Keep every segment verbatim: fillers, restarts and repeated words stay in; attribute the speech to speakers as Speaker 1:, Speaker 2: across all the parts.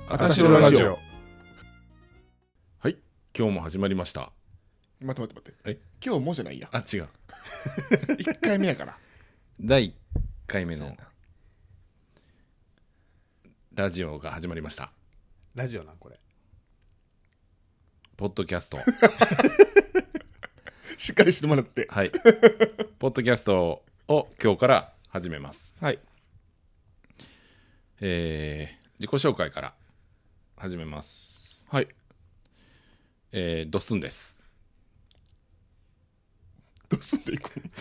Speaker 1: あたしろラジオ。
Speaker 2: はい、今日も始まりました。
Speaker 1: 待って待って待って
Speaker 2: え
Speaker 1: 今日もじゃないや。
Speaker 2: あ、違う
Speaker 1: いっかいめやから
Speaker 2: だいいっかいめのラジオが始まりました。
Speaker 3: ラジオなんこれ
Speaker 2: ポッドキャスト
Speaker 1: しっかりしてもらって
Speaker 2: はいポッドキャストを今日から始めます。
Speaker 1: はい。
Speaker 2: えー、自己紹介から始めます。
Speaker 1: はい。
Speaker 2: えー、ドッスンです。
Speaker 1: どうすんでいくの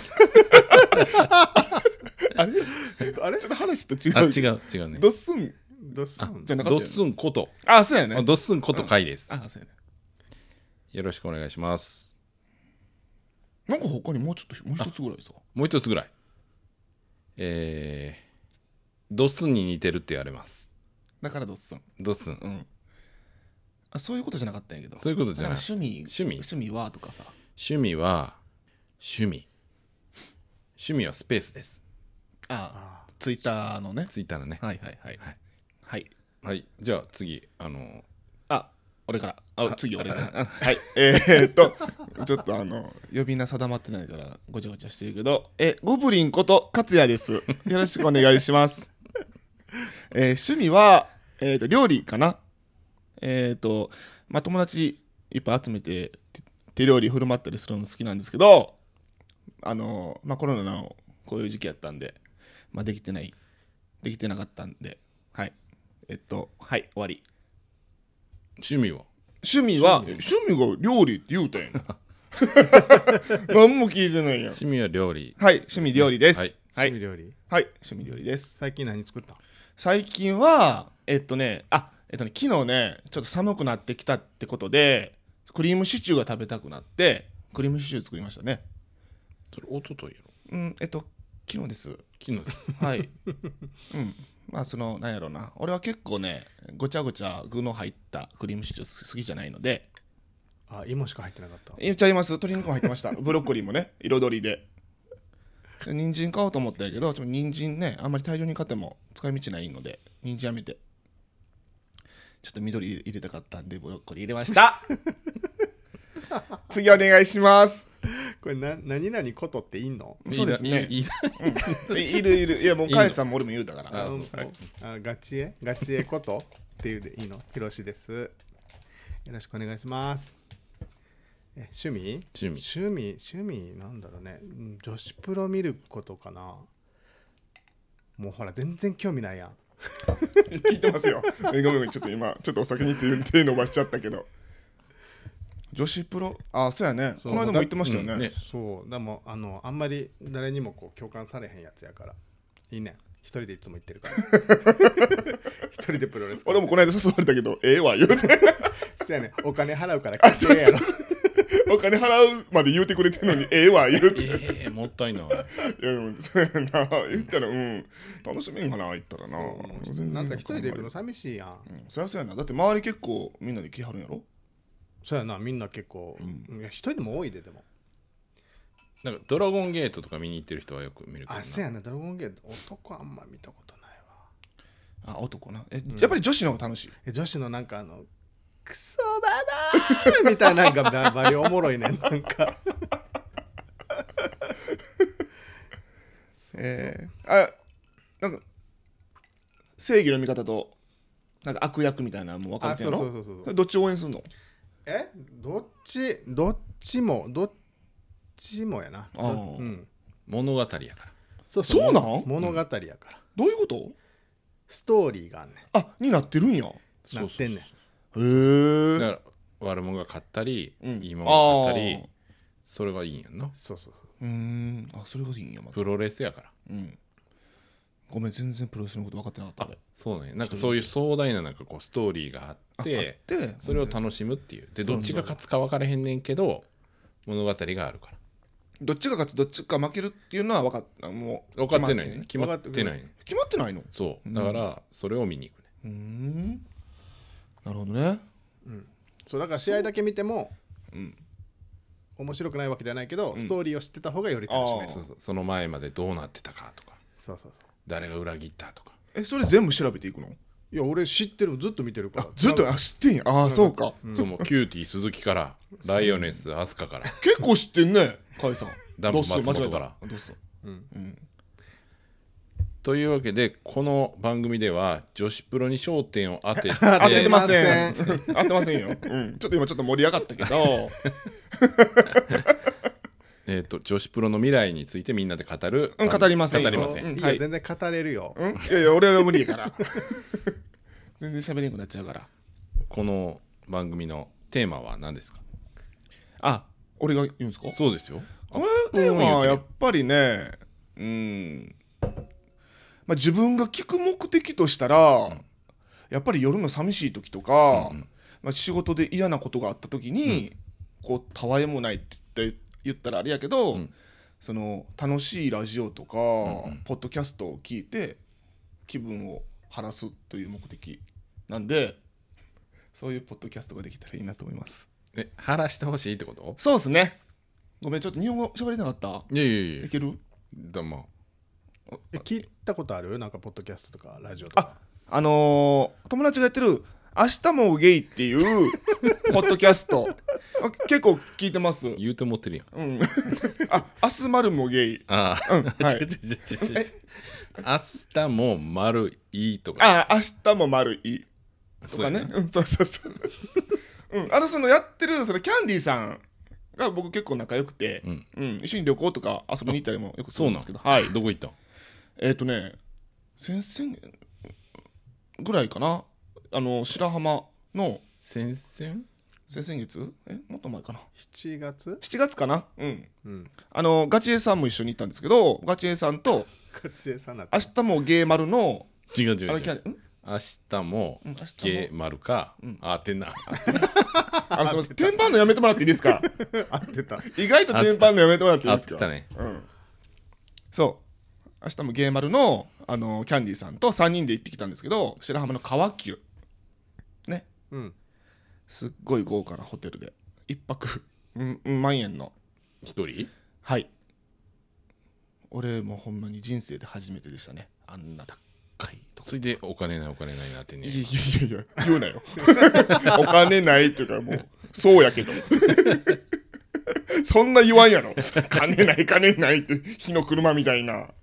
Speaker 1: あれあれちょっと話と違う。
Speaker 2: あ、違う違うね。
Speaker 1: ドッスン
Speaker 3: ドッスン
Speaker 1: じゃなかったよね。
Speaker 2: ドッスンこと
Speaker 1: あ、そうやね。
Speaker 2: あドッスンこと会です、
Speaker 1: あ、そうやね。
Speaker 2: よろしくお願いします。
Speaker 1: なんか他にもうちょっともう一つぐらいさ。
Speaker 2: もう一つぐらいえー、ドッスンに似てるって言われます。
Speaker 1: だからドッスン。
Speaker 2: ドッスン、
Speaker 1: うん。あ、そういうことじゃなかったんやけど。
Speaker 2: そういうことじゃない。
Speaker 1: なんか趣味
Speaker 2: 趣味
Speaker 1: 趣味はとかさ。
Speaker 2: 趣味は趣味趣味はスペースです。
Speaker 1: ああ、ツイッターのね。
Speaker 2: ツイッターのね。
Speaker 1: はいはいはい
Speaker 2: はい
Speaker 1: はい。
Speaker 2: はい、じゃあ次あの
Speaker 1: あ、俺から。あ、次俺から。はい。えー、っと、ちょっとあの、呼び名定まってないからごちゃごちゃしてるけど、え、ゴブリンこと勝也です。よろしくお願いします。えー、趣味は、えー、と料理かな。えー、と、まあ、友達いっぱい集めて手料理振る舞ったりするの好きなんですけど、あの、まあ、コロナのこういう時期やったんで、まあ、できてない、できてなかったんで、はい。えっと、はい、終わり。
Speaker 2: 趣味は
Speaker 1: 趣味は趣味が料理って言うたやん何も聞いてないやん。
Speaker 2: 趣味は料理。
Speaker 1: はい、趣味料理です。
Speaker 2: はい
Speaker 1: はい、
Speaker 3: 趣味料理
Speaker 1: はい、趣味料理です。
Speaker 3: 最近何作ったん？
Speaker 1: 最近はえっとねあえっとね昨日ねちょっと寒くなってきたってことでクリームシチューが食べたくなってクリームシチュー作りましたね。
Speaker 2: それ一昨日やろ。
Speaker 1: うんえっと昨日です。
Speaker 2: 昨日です
Speaker 1: はいうんまあそのなんやろうな、俺は結構ねごちゃごちゃ具の入ったクリームシチュー好きじゃないので。
Speaker 3: あ、芋しか入ってなかった。
Speaker 1: 言っちゃいます。鶏肉も入ってました。ブロッコリーもね、彩りで。人参買おうと思ったんやけど、ちょっと人参ね、あんまり大量に買っても使い道ないので、人参やめて。ちょっと緑入れたかったんで、ブロッコリー入れました。次お願いします。
Speaker 3: これな何々ことっていいの？
Speaker 1: そうですね。
Speaker 2: いいいい
Speaker 1: うん、いるいる。いやもうカエさんも俺も言うたから。
Speaker 3: あのあガチエガチエことっていうでいいの？ひろしです。よろしくお願いします。え趣味
Speaker 2: 趣味
Speaker 3: 趣味趣味なんだろうね、うん、女子プロ見ることかな。もうほら全然興味ないやん。
Speaker 1: 聞いてますよ。えごめんごめん、ちょっと今ちょっとお酒に手手伸ばしちゃったけど。女子プロ、あ、そうやね。この間も言ってましたよね。
Speaker 2: うんね
Speaker 3: そうでもあのあんまり誰にもこう共感されへんやつやからいいね。一人でいつも言ってるから一人でプロレス
Speaker 1: 俺もこの間誘われたけど、ええわ言うて。
Speaker 3: そうやね、お金払うから来てやろ。
Speaker 1: お金払うまで言うてくれてるのにええわ言うて。
Speaker 2: えー、もったいない。
Speaker 1: いやでもそうやな、言ったらうん楽しめんかな言ったらな。全然
Speaker 3: なんか一人で行くの寂しいやん、
Speaker 1: うん、そりゃそうやな。だって周り結構みんなで来はるんやろ。
Speaker 3: そうやな、みんな結構、うん、いや一人でも多いで。でも
Speaker 2: なんかドラゴンゲートとか見に行ってる人はよく見るけどな。
Speaker 3: あ、そうやな、ドラゴンゲート男あんま見たことないわ。
Speaker 1: あ、男な。え、うん、やっぱり女子の方が楽しい。
Speaker 3: え女子のなんかあのクソババーみたいなのがバリおもろいねんなんか
Speaker 1: えー、あ、なんか正義の味方となんか悪役みたいなのも分かれてんの？
Speaker 3: そうそうそうそう。
Speaker 1: どっち応援すんの？
Speaker 3: えどっちどっちもどっちもやな。
Speaker 1: あ、
Speaker 3: うん、
Speaker 2: 物語やから。
Speaker 3: そうそう、
Speaker 1: そうなん
Speaker 3: 物語やから、うん、
Speaker 1: どういうこと？
Speaker 3: ストーリーがあんねん。
Speaker 1: あ、になってるんや。
Speaker 3: なってんねん。
Speaker 1: へえ。
Speaker 2: だから悪者が勝ったり、うん、いいものが勝ったり、それがいいんやんな。
Speaker 3: そうそうそう。
Speaker 1: うーん、あ、それがいいんや、また。
Speaker 2: プロレスやから。
Speaker 1: うん。ごめん、全然プロレスのこと分かってなかった。
Speaker 2: あ、そうね。なんかそういう壮大ななんかこうストーリーがあって、あってそれを楽しむっていう。で、どっちが勝つか分からへんねんけど、物語があるから。
Speaker 1: どっちが勝つどっちか負けるっていうのは分かった。もう
Speaker 2: 分かってないね。決まってないね。
Speaker 1: 決まってないの？
Speaker 2: そう。だからそれを見に行くね。
Speaker 1: うーん。なるほどね。
Speaker 3: うん。そうだから試合だけ見ても、
Speaker 1: うん、
Speaker 3: 面白くないわけじゃないけど、うん、ストーリーを知ってた方がより楽しめる。
Speaker 2: そうそう、その前までどうなってたかとか、
Speaker 3: そうそうそう、
Speaker 2: 誰が裏切ったとか。
Speaker 1: え、それ全部調べていくの？
Speaker 3: いや俺知ってる、ずっと見てるから。
Speaker 1: ずっとあ知ってんや。ああそうか、
Speaker 2: うん、そうもうキューティー鈴木からライオネスアスカから
Speaker 1: 結構知ってんねカイさん。
Speaker 2: ダンプ松本から
Speaker 1: どうぞ、
Speaker 3: うん
Speaker 1: うん、
Speaker 2: というわけでこの番組では女子プロに焦点を当てて
Speaker 1: 当ててません
Speaker 3: 当て
Speaker 1: 当てませんよ、うん、ちょっと今ちょっと盛り上がったけど
Speaker 2: えーと女子プロの未来についてみんなで語る、
Speaker 1: うん、語りませんよ
Speaker 2: 語りません、
Speaker 1: うん、
Speaker 3: いや
Speaker 1: はい、
Speaker 3: 全然語れるよ。
Speaker 1: うん、いやいや俺は無理やから全然喋れなくなっちゃうから。
Speaker 2: この番組のテーマは何ですか？
Speaker 1: あ、俺が言うんですか？
Speaker 2: そうですよ。
Speaker 1: このテーマはやっぱりね、うん、まあ、自分が聞く目的としたら、うん、やっぱり夜の寂しい時とか、うんうん、まあ、仕事で嫌なことがあった時に、うん、こうたわいもないって言って言ったらあれやけど、うん、その楽しいラジオとか、うんうん、ポッドキャストを聞いて気分を晴らすという目的なんで、そういうポッドキャストができたらいいなと思います。
Speaker 2: え、晴らしてほしいってこと？
Speaker 1: そうですね。ごめん、ちょっと日本語喋れなかった？
Speaker 2: いやいやいや、
Speaker 1: いける？
Speaker 2: だま
Speaker 3: あえ聞いたことある？なんかポッドキャストとかラジオとか。
Speaker 1: あ、あのー、友達がやってる明日もゲイっていうポッドキャスト結構聞いてます。
Speaker 2: 言うて持ってるやん、
Speaker 1: うん、あ、明日丸もゲイ。
Speaker 2: ああ、うん、はい、明日も丸いとか、
Speaker 1: あ、明日も丸いとかね、うん、そうそうそう、うん、あのそのやってるそのキャンディーさんが僕結構仲良くて、うんうん、一緒に旅行とか遊びに行ったりもよくするんですけど、はい、
Speaker 2: どこ行ったん？
Speaker 1: えっ、ー、とね先々ぐらいかな、あの白浜の
Speaker 2: 先々
Speaker 1: 先々月、えもっと前かな、
Speaker 3: しちがつ
Speaker 1: しちがつかな、うん、
Speaker 3: うん、
Speaker 1: あのガチエさんも一緒に行ったんですけど、ガチエさんと
Speaker 3: ガチエさんな
Speaker 1: 明日もゲーマルの
Speaker 2: 違う違う違う、
Speaker 1: あのキャン
Speaker 2: 明日もゲーマルか、うん、あてんな
Speaker 1: あのすみません、天板のやめてもらっていいですか？
Speaker 3: 合ってた。
Speaker 1: 意外と天板のやめてもらっていいですか？
Speaker 2: 合ってたね、
Speaker 1: うん、そう明日もゲーマルの、あのキャンディーさんとさんにんで行ってきたんですけど、白浜の川急ね、
Speaker 3: うん、
Speaker 1: すっごい豪華なホテルで一泊うん万円の
Speaker 2: 一人、
Speaker 1: はい、俺もほんまに人生で初めてでしたね、あんな高いとこ。
Speaker 2: それでお金ないお金ないなってね。
Speaker 1: いやいやいや言うなよお金ないっていうかもうそうやけどそんな言わんやろ金ない金ないって火の車みたいな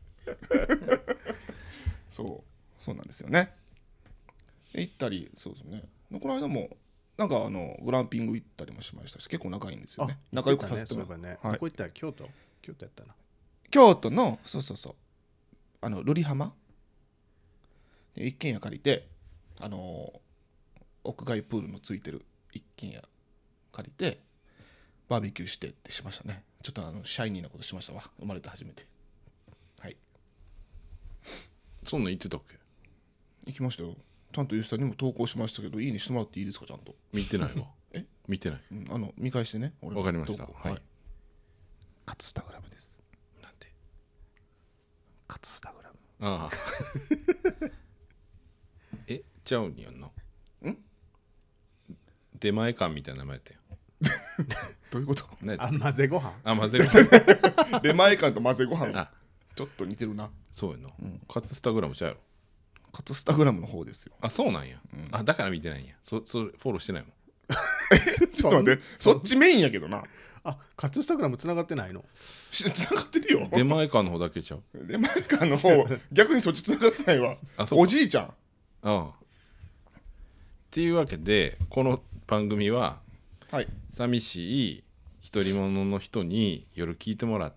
Speaker 1: そうそうなんですよね。行ったり、そうですね、この間もなんかあのグランピング行ったりもしましたし、結構仲いいんですよね。仲良くさせてもらって、
Speaker 3: ねね、はい、どこ行ったら京都京都やったな、
Speaker 1: 京都のそうそうそうあの瑠璃浜で一軒家借りて、あのー、屋外プールのついてる一軒家借りてバーベキューしてってしましたね。ちょっとあのシャイニーなことしましたわ、生まれて初めて。はい、
Speaker 2: そんなん言ってたっけ？
Speaker 1: 行きましたよ、ちゃんとインスタにも投稿しましたけど、いいねしてもらっていいですか？ちゃんと
Speaker 2: 見てないわ
Speaker 1: え
Speaker 2: 見てない、
Speaker 1: うん、あの見返してね。
Speaker 2: 俺わかりました、はい、
Speaker 1: カツスタグラムです。
Speaker 2: なんで
Speaker 1: カツスタグラム、
Speaker 2: ああえちゃうんやんな、
Speaker 1: ん
Speaker 2: 出前館みたいな名前やったよ
Speaker 1: どういうこと？
Speaker 3: あ混ぜご飯
Speaker 2: あ混ぜご飯
Speaker 1: 出前館と混ぜご飯
Speaker 2: あ
Speaker 1: ちょっと似てるな。
Speaker 2: そうやな、
Speaker 1: うん、
Speaker 2: カツスタグラムちゃうやろ。
Speaker 1: カツスタグラムの方ですよ。
Speaker 2: あそうなんや、うん、あだから見てないんや。そそフォローしてないもん
Speaker 1: ちょっと待って、そっちメインやけどな。
Speaker 3: あカツスタグラムつながってないの？
Speaker 1: つながってるよ。
Speaker 2: 出前館の方だけちゃう。
Speaker 1: 出前館の方逆にそっちつながってないわ。おじいちゃん。あ
Speaker 2: あっていうわけでこの番組は、はい、寂しい独り者の人に夜聞いてもらって、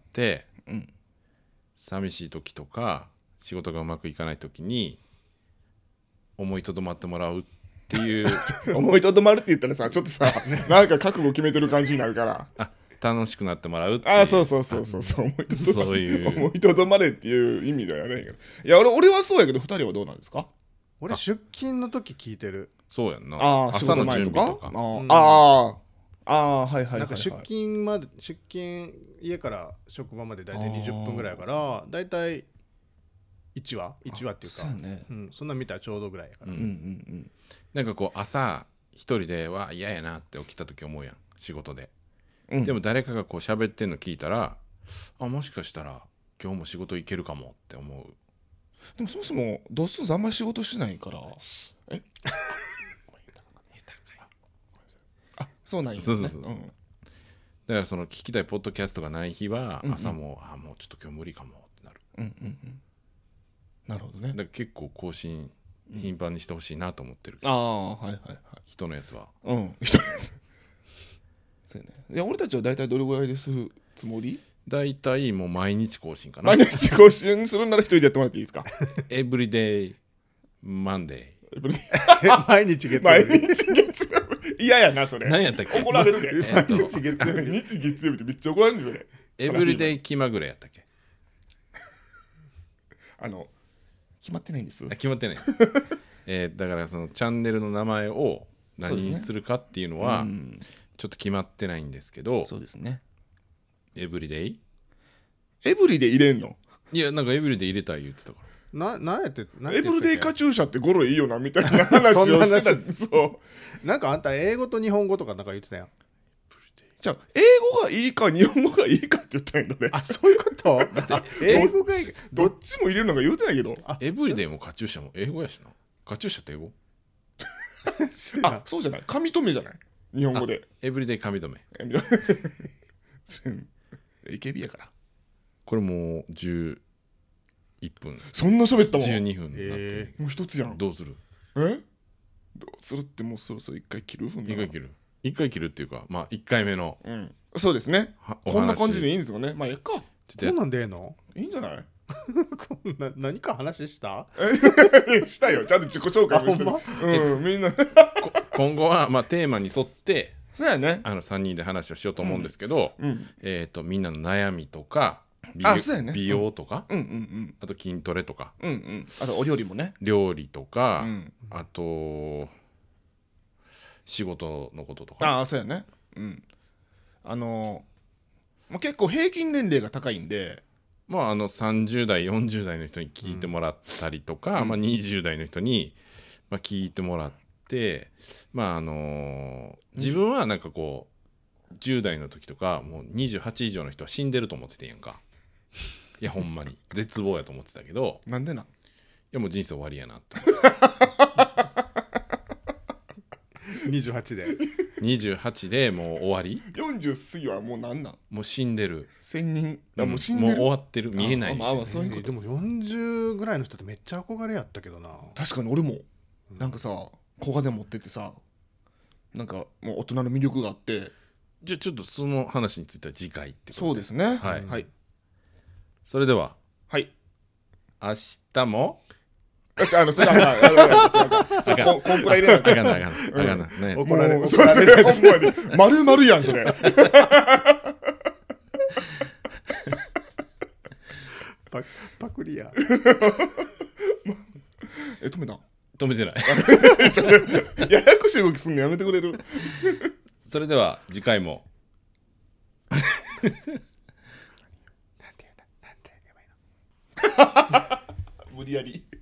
Speaker 2: うん、寂しい時とか仕事がうまくいかない時に思いとどまってもらうっていう
Speaker 1: 思いとどまるって言ったらさちょっとさなんか覚悟決めてる感じになるから
Speaker 2: あ楽しくなってもらうっていう。
Speaker 1: あそうそうそうそうそう思いとどま
Speaker 2: そういう
Speaker 1: 思いとどまれっていう意味ではないけど、いや 俺, 俺はそうやけどふたりはどうなんですか？
Speaker 3: 俺出勤の時聞いてる。
Speaker 2: そうやんな。
Speaker 1: あ
Speaker 2: 朝の準備とか。
Speaker 1: あー、うん、ああはいはいはい、はい、
Speaker 3: なんか出勤まで出勤家から職場までだいたいにじゅっぷんぐらいやからだいたいいちわいちわっていうか そ, う、ねうん、そんな見たらちょうどぐらいやから、うんうんうん、
Speaker 2: なんかこう朝一人では嫌やなって起きた時思うやん仕事で、うん、でも誰かがこう喋ってんの聞いたらあもしかしたら今日も仕事行けるかもって思う。
Speaker 1: でもそもそもドッスンさんあんまり仕事してないからえあそうなんや、ね、
Speaker 2: そうそうそう、
Speaker 1: うん、
Speaker 2: だからその聞きたいポッドキャストがない日は朝も、うんうん、あもうちょっと今日無理かもってなる、
Speaker 1: うんうんうん、なるほどね。だから
Speaker 2: 結構更新頻繁にしてほしいなと思ってる、
Speaker 1: うん、ああはいはいはい、
Speaker 2: 人のやつは
Speaker 1: うん人のやつそうやね。いや俺たちは大体どれぐらいでするつもり？
Speaker 2: 大体もう毎日更新かな。
Speaker 1: 毎日更新するなら一人でやってもらっていいですか？
Speaker 2: エブリデイマンデ
Speaker 3: ー毎日月曜日毎
Speaker 1: 日月曜日嫌やなそれ。
Speaker 2: 何やったっけ？
Speaker 1: 怒られるで、
Speaker 3: えっと、毎日月曜日
Speaker 1: 日月曜日ってめっちゃ怒られるんですよね。
Speaker 2: エブリデイ気まぐれやったっけ？
Speaker 1: あの決まってないんです。
Speaker 2: あ決まってない、えー、だからそのチャンネルの名前を何にするかっていうのはちょっと決まってないんですけど、
Speaker 1: そうですね。
Speaker 2: エブリデイ
Speaker 1: エブリで入れんの？
Speaker 2: いやなんかエブリで入れたい言ってたから
Speaker 3: な、なんやってなん
Speaker 1: エブリデイカチューシャってゴロいいよなみたいな話をしてた。
Speaker 3: そうなんかあんた英語と日本語とかなんか言ってたやん。
Speaker 1: じゃあ英語がいいか日本語がいいかって言ったんやんね。
Speaker 3: あそういうこと英語がいい
Speaker 1: どっちも入れるのが言うてないけど。
Speaker 2: エブリデイもカチューシャも英語やしな。カチューシャって英語
Speaker 1: あそうじゃない髪留めじゃない日本語で。
Speaker 2: エブリデイ髪留め
Speaker 1: エケビやから。
Speaker 2: これもうじゅういっぷん
Speaker 1: そんな喋ったもん。
Speaker 2: じゅうにふんになって、
Speaker 1: えー、もう一つやん。
Speaker 2: どうする？
Speaker 1: えどうするってもうそろそろ一回切る？
Speaker 2: 一回切る一回切るっていうかまあいっかいめの、
Speaker 1: うん、そうですね。こんな感じでいいんですよね。まあやっかこ
Speaker 3: んなんでええの？
Speaker 1: いいんじゃない
Speaker 3: こんな何か話した
Speaker 1: したよ。ちゃんと自己紹介もしてる、うん、みんな
Speaker 2: 今後はまあテーマに沿って
Speaker 1: そうやね
Speaker 2: あのさんにんで話をしようと思うんですけど、
Speaker 1: うんうん、
Speaker 2: えーとみんなの悩みとか美,
Speaker 1: あそうや、ね、
Speaker 2: 美容とか、
Speaker 1: うんうんうん、
Speaker 2: あと筋トレとか、
Speaker 1: うんうん、あとお料理もね
Speaker 2: 料理とか、
Speaker 1: うん、
Speaker 2: あと仕事のこととか
Speaker 1: ああそうやね、うん、あのー、結構平均年齢が高いんで
Speaker 2: まあ、あのさんじゅう代よんじゅう代の人に聞いてもらったりとか、うんまあ、にじゅう代の人に、まあ、聞いてもらってまああのー、自分はなんかこうじゅう代の時とかもうにじゅうはち以上の人は死んでると思っててんやんか。いやほんまに絶望やと思ってたけど
Speaker 1: なんでなん？い
Speaker 2: やもう人生終わりやなって
Speaker 3: にじゅうはちで
Speaker 2: にじゅうはちでもう終わり
Speaker 1: よんじゅう過ぎはもうなんなん
Speaker 2: もう死んでる
Speaker 1: 千人、
Speaker 2: うん、
Speaker 1: もう死んでる
Speaker 2: もう終わってる見えない
Speaker 1: あ、あ、まあ、そういうこと、えー、
Speaker 3: でもよんじゅうぐらいの人ってめっちゃ憧れやったけどな。
Speaker 1: 確かに俺もなんかさ小金持っててさなんかもう大人の魅力があって
Speaker 2: じゃあちょっとその話については次回ってことで
Speaker 1: そうですね
Speaker 2: はい、
Speaker 1: はい、
Speaker 2: それでは
Speaker 1: はい
Speaker 2: 明日も
Speaker 1: あのそれはあかんコンプラ入れな
Speaker 2: あかんなあかんなあかんなね
Speaker 3: 怒られる
Speaker 1: 怒られるほんまに丸々やんそれ
Speaker 3: パ, パクリや
Speaker 1: え止めた
Speaker 2: 止めてない
Speaker 1: ややこしい動きすんのやめてくれる
Speaker 2: それでは次回も
Speaker 3: なんて言うのなんて言えばいいの
Speaker 1: 無理やり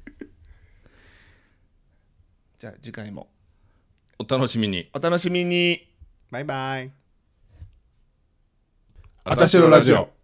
Speaker 1: じゃあ次回も
Speaker 2: お楽しみに
Speaker 1: お楽しみに。
Speaker 3: バイバイ。
Speaker 1: あたしろラジオ。